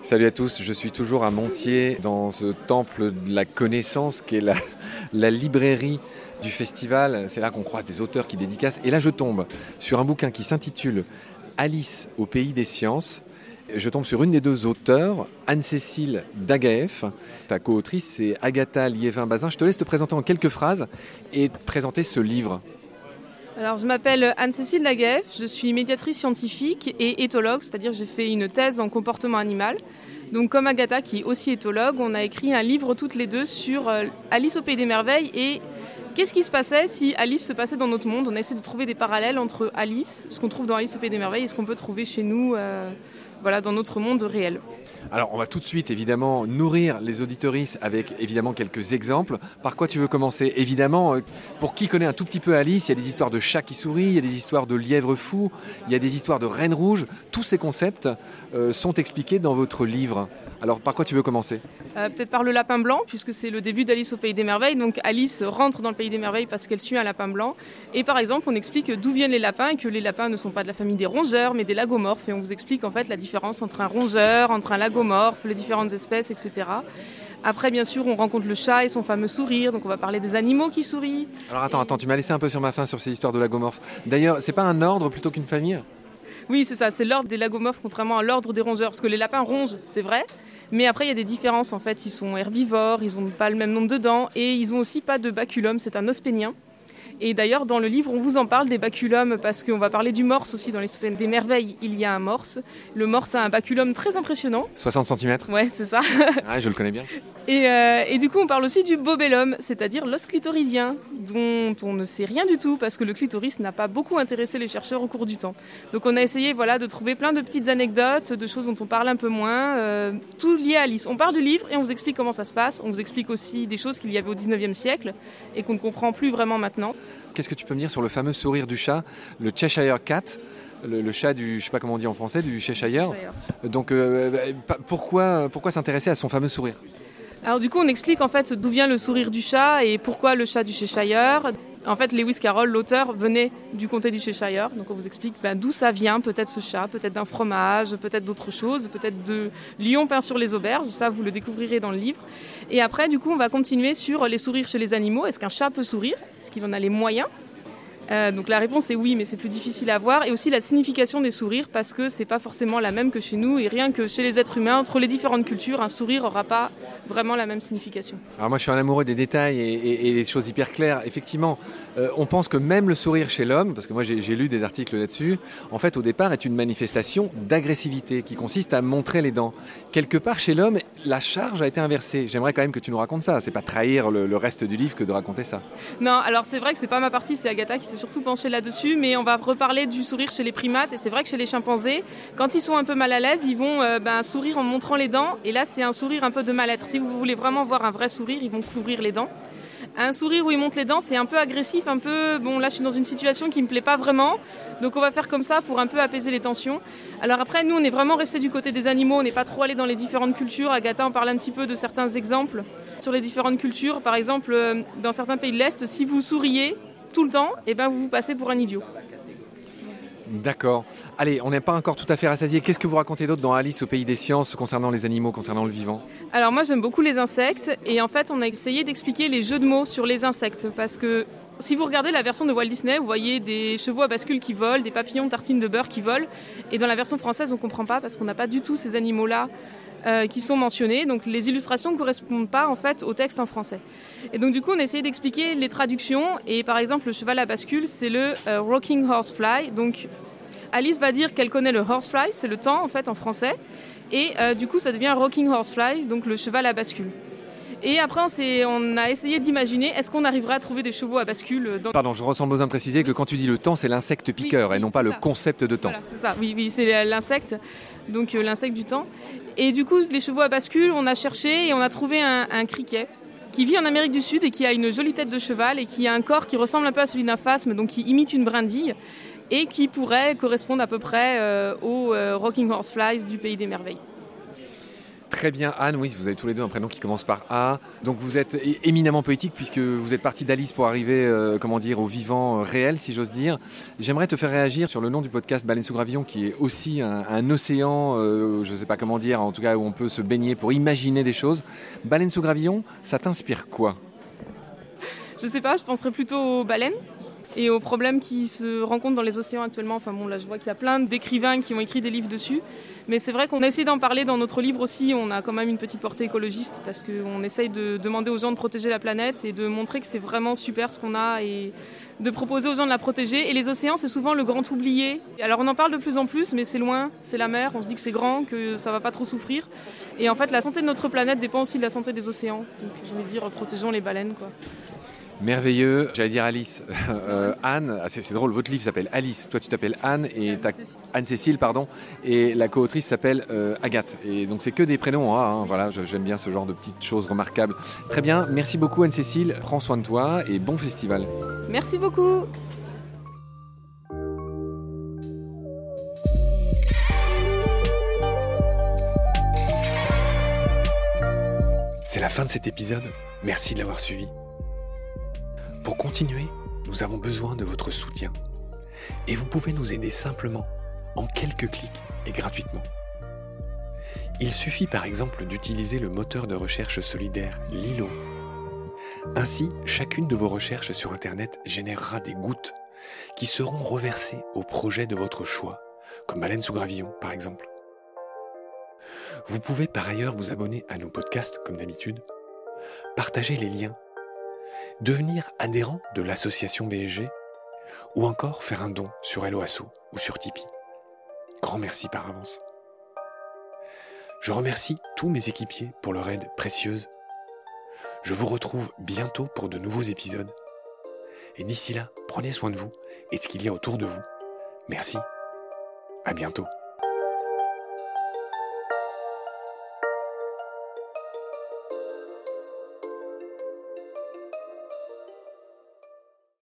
Salut à tous, je suis toujours à Montier dans ce temple de la connaissance qui est la librairie du festival. C'est là qu'on croise des auteurs qui dédicacent. Et là je tombe sur un bouquin qui s'intitule Alice au pays des sciences. Je tombe sur une des deux auteurs, Anne-Cécile Dagaeff. Ta co-autrice, c'est Agatha Liévin-Bazin. Je te laisse te présenter en quelques phrases et te présenter ce livre. Alors, je m'appelle Anne-Cécile Dagaeff, je suis médiatrice scientifique et éthologue, c'est-à-dire que j'ai fait une thèse en comportement animal. Donc, comme Agatha, qui est aussi éthologue, on a écrit un livre toutes les deux sur Alice au Pays des Merveilles et qu'est-ce qui se passait si Alice se passait dans notre monde. On a essayé de trouver des parallèles entre Alice, ce qu'on trouve dans Alice au Pays des Merveilles et ce qu'on peut trouver chez nous dans notre monde réel. Alors, on va tout de suite, évidemment, nourrir les auditoristes avec, évidemment, quelques exemples. Par quoi tu veux commencer ? Évidemment, pour qui connaît un tout petit peu Alice, il y a des histoires de chat qui sourit, il y a des histoires de lièvre fou, il y a des histoires de reine rouge. Tous ces concepts sont expliqués dans votre livre. Alors, par quoi tu veux commencer ? Peut-être par le lapin blanc, puisque c'est le début d'Alice au Pays des Merveilles. Donc Alice rentre dans le Pays des Merveilles parce qu'elle suit un lapin blanc. Et par exemple, on explique d'où viennent les lapins et que les lapins ne sont pas de la famille des rongeurs, mais des lagomorphes. Et on vous explique en fait la différence entre un rongeur, entre un lagomorphe, les différentes espèces, etc. Après, bien sûr, on rencontre le chat et son fameux sourire. Donc on va parler des animaux qui sourient. Alors attends, tu m'as laissé un peu sur ma faim sur ces histoires de lagomorphes. D'ailleurs, c'est pas un ordre plutôt qu'une famille ? Oui, c'est ça, c'est l'ordre des lagomorphes contrairement à l'ordre des rongeurs. Parce que les lapins rongent, c'est vrai. Mais après, il y a des différences. En fait, ils sont herbivores, ils n'ont pas le même nombre de dents et ils n'ont aussi pas de baculum, c'est un ospénien. Et d'ailleurs, dans le livre, on vous en parle des baculums parce qu'on va parler du morse aussi. Dans les des merveilles, il y a un morse. Le morse a un baculum très impressionnant. 60 cm ? Ouais, c'est ça. Ah, je le connais bien. Et du coup, on parle aussi du bobellum, c'est-à-dire l'os clitoridien, dont on ne sait rien du tout parce que le clitoris n'a pas beaucoup intéressé les chercheurs au cours du temps. Donc on a essayé de trouver plein de petites anecdotes, de choses dont on parle un peu moins, tout lié à Alice. On parle du livre et on vous explique comment ça se passe. On vous explique aussi des choses qu'il y avait au 19e siècle et qu'on ne comprend plus vraiment maintenant. Qu'est-ce que tu peux me dire sur le fameux sourire du chat, le Cheshire Cat, le chat du, je sais pas comment on dit en français, du Cheshire. Donc pourquoi s'intéresser à son fameux sourire ? Alors du coup, on explique en fait d'où vient le sourire du chat et pourquoi le chat du Cheshire. En fait, Lewis Carroll, l'auteur, venait du comté du Cheshire. Donc on vous explique d'où ça vient, peut-être ce chat, peut-être d'un fromage, peut-être d'autres choses, peut-être de lions peints sur les auberges. Ça, vous le découvrirez dans le livre. Et après, du coup, on va continuer sur les sourires chez les animaux. Est-ce qu'un chat peut sourire ? Est-ce qu'il en a les moyens ? Donc la réponse est oui, mais c'est plus difficile à voir. Et aussi la signification des sourires, parce que c'est pas forcément la même que chez nous. Et rien que chez les êtres humains, entre les différentes cultures, un sourire n'aura pas vraiment la même signification. Alors moi je suis un amoureux des détails et des choses hyper claires. Effectivement, on pense que même le sourire chez l'homme, parce que moi j'ai lu des articles là-dessus, en fait au départ est une manifestation d'agressivité qui consiste à montrer les dents. Quelque part chez l'homme, la charge a été inversée. J'aimerais quand même que tu nous racontes ça. C'est pas trahir le reste du livre que de raconter ça. Non, alors c'est vrai que c'est pas ma partie, c'est Agatha qui s'est surtout penchée là-dessus, mais on va reparler du sourire chez les primates. Et c'est vrai que chez les chimpanzés, quand ils sont un peu mal à l'aise, ils vont sourire en montrant les dents. Et là, c'est un sourire un peu de mal-être. Si vous voulez vraiment voir un vrai sourire, ils vont couvrir les dents. Un sourire où ils montent les dents, c'est un peu agressif, un peu... Bon, là, je suis dans une situation qui me plaît pas vraiment. Donc, on va faire comme ça pour un peu apaiser les tensions. Alors après, nous, on est vraiment resté du côté des animaux. On n'est pas trop allé dans les différentes cultures. Agatha en parle un petit peu de certains exemples sur les différentes cultures. Par exemple, dans certains pays de l'Est, si vous souriez tout le temps, vous vous passez pour un idiot. D'accord. Allez, on n'est pas encore tout à fait rassasié. Qu'est-ce que vous racontez d'autre dans Alice au Pays des Sciences concernant les animaux, concernant le vivant ? Alors moi, j'aime beaucoup les insectes. Et en fait, on a essayé d'expliquer les jeux de mots sur les insectes. Parce que si vous regardez la version de Walt Disney, vous voyez des chevaux à bascule qui volent, des papillons tartines de beurre qui volent. Et dans la version française, on ne comprend pas parce qu'on n'a pas du tout ces animaux-là qui sont mentionnés. Donc les illustrations ne correspondent pas en fait au texte en français. Et donc du coup, on a essayé d'expliquer les traductions. Et par exemple, le cheval à bascule, c'est le rocking horsefly. Donc Alice va dire qu'elle connaît le horsefly, c'est le temps en fait en français. Et du coup, ça devient rocking horsefly, donc le cheval à bascule. Et après, on a essayé d'imaginer, est-ce qu'on arriverait à trouver des chevaux à bascule Pardon, je ressemble aux préciser que quand tu dis le temps, c'est l'insecte piqueur et non pas le concept de temps. Voilà, c'est ça, oui, c'est l'insecte, donc l'insecte du temps. Et du coup, les chevaux à bascule, on a cherché et on a trouvé un criquet qui vit en Amérique du Sud et qui a une jolie tête de cheval et qui a un corps qui ressemble un peu à celui d'un phasme, donc qui imite une brindille et qui pourrait correspondre à peu près aux rocking horseflies du Pays des Merveilles. Très bien, Anne, oui, vous avez tous les deux un prénom qui commence par A. Donc vous êtes éminemment poétique puisque vous êtes parti d'Alice pour arriver, au vivant réel, si j'ose dire. J'aimerais te faire réagir sur le nom du podcast Baleine sous gravillon, qui est aussi un océan, je ne sais pas comment dire, en tout cas où on peut se baigner pour imaginer des choses. Baleine sous gravillon, ça t'inspire quoi ? Je sais pas, je penserais plutôt aux baleines et aux problèmes qui se rencontrent dans les océans actuellement. Enfin bon, là je vois qu'il y a plein d'écrivains qui ont écrit des livres dessus. Mais c'est vrai qu'on a essayé d'en parler dans notre livre aussi. On a quand même une petite portée écologiste parce qu'on essaye de demander aux gens de protéger la planète et de montrer que c'est vraiment super ce qu'on a et de proposer aux gens de la protéger. Et les océans, c'est souvent le grand oublié. Alors on en parle de plus en plus, mais c'est loin, c'est la mer. On se dit que c'est grand, que ça va pas trop souffrir. Et en fait, la santé de notre planète dépend aussi de la santé des océans. Donc j'ai envie de dire, protégeons les baleines, quoi. Merveilleux, j'allais dire Alice. Anne, c'est drôle, votre livre s'appelle Alice, toi tu t'appelles Anne, et Anne-Cécile, pardon, et la co-autrice s'appelle Agathe. Et donc c'est que des prénoms, voilà, j'aime bien ce genre de petites choses remarquables. Très bien, merci beaucoup Anne-Cécile, prends soin de toi et bon festival. Merci beaucoup. C'est la fin de cet épisode, merci de l'avoir suivi. Pour continuer, nous avons besoin de votre soutien. Et vous pouvez nous aider simplement, en quelques clics et gratuitement. Il suffit par exemple d'utiliser le moteur de recherche solidaire Lilo. Ainsi, chacune de vos recherches sur Internet générera des gouttes qui seront reversées au projet de votre choix, comme Baleine sous gravillon par exemple. Vous pouvez par ailleurs vous abonner à nos podcasts comme d'habitude, partager les liens, devenir adhérent de l'association BSG ou encore faire un don sur Helloasso ou sur Tipeee. Grand merci par avance. Je remercie tous mes équipiers pour leur aide précieuse. Je vous retrouve bientôt pour de nouveaux épisodes. Et d'ici là, prenez soin de vous et de ce qu'il y a autour de vous. Merci. À bientôt.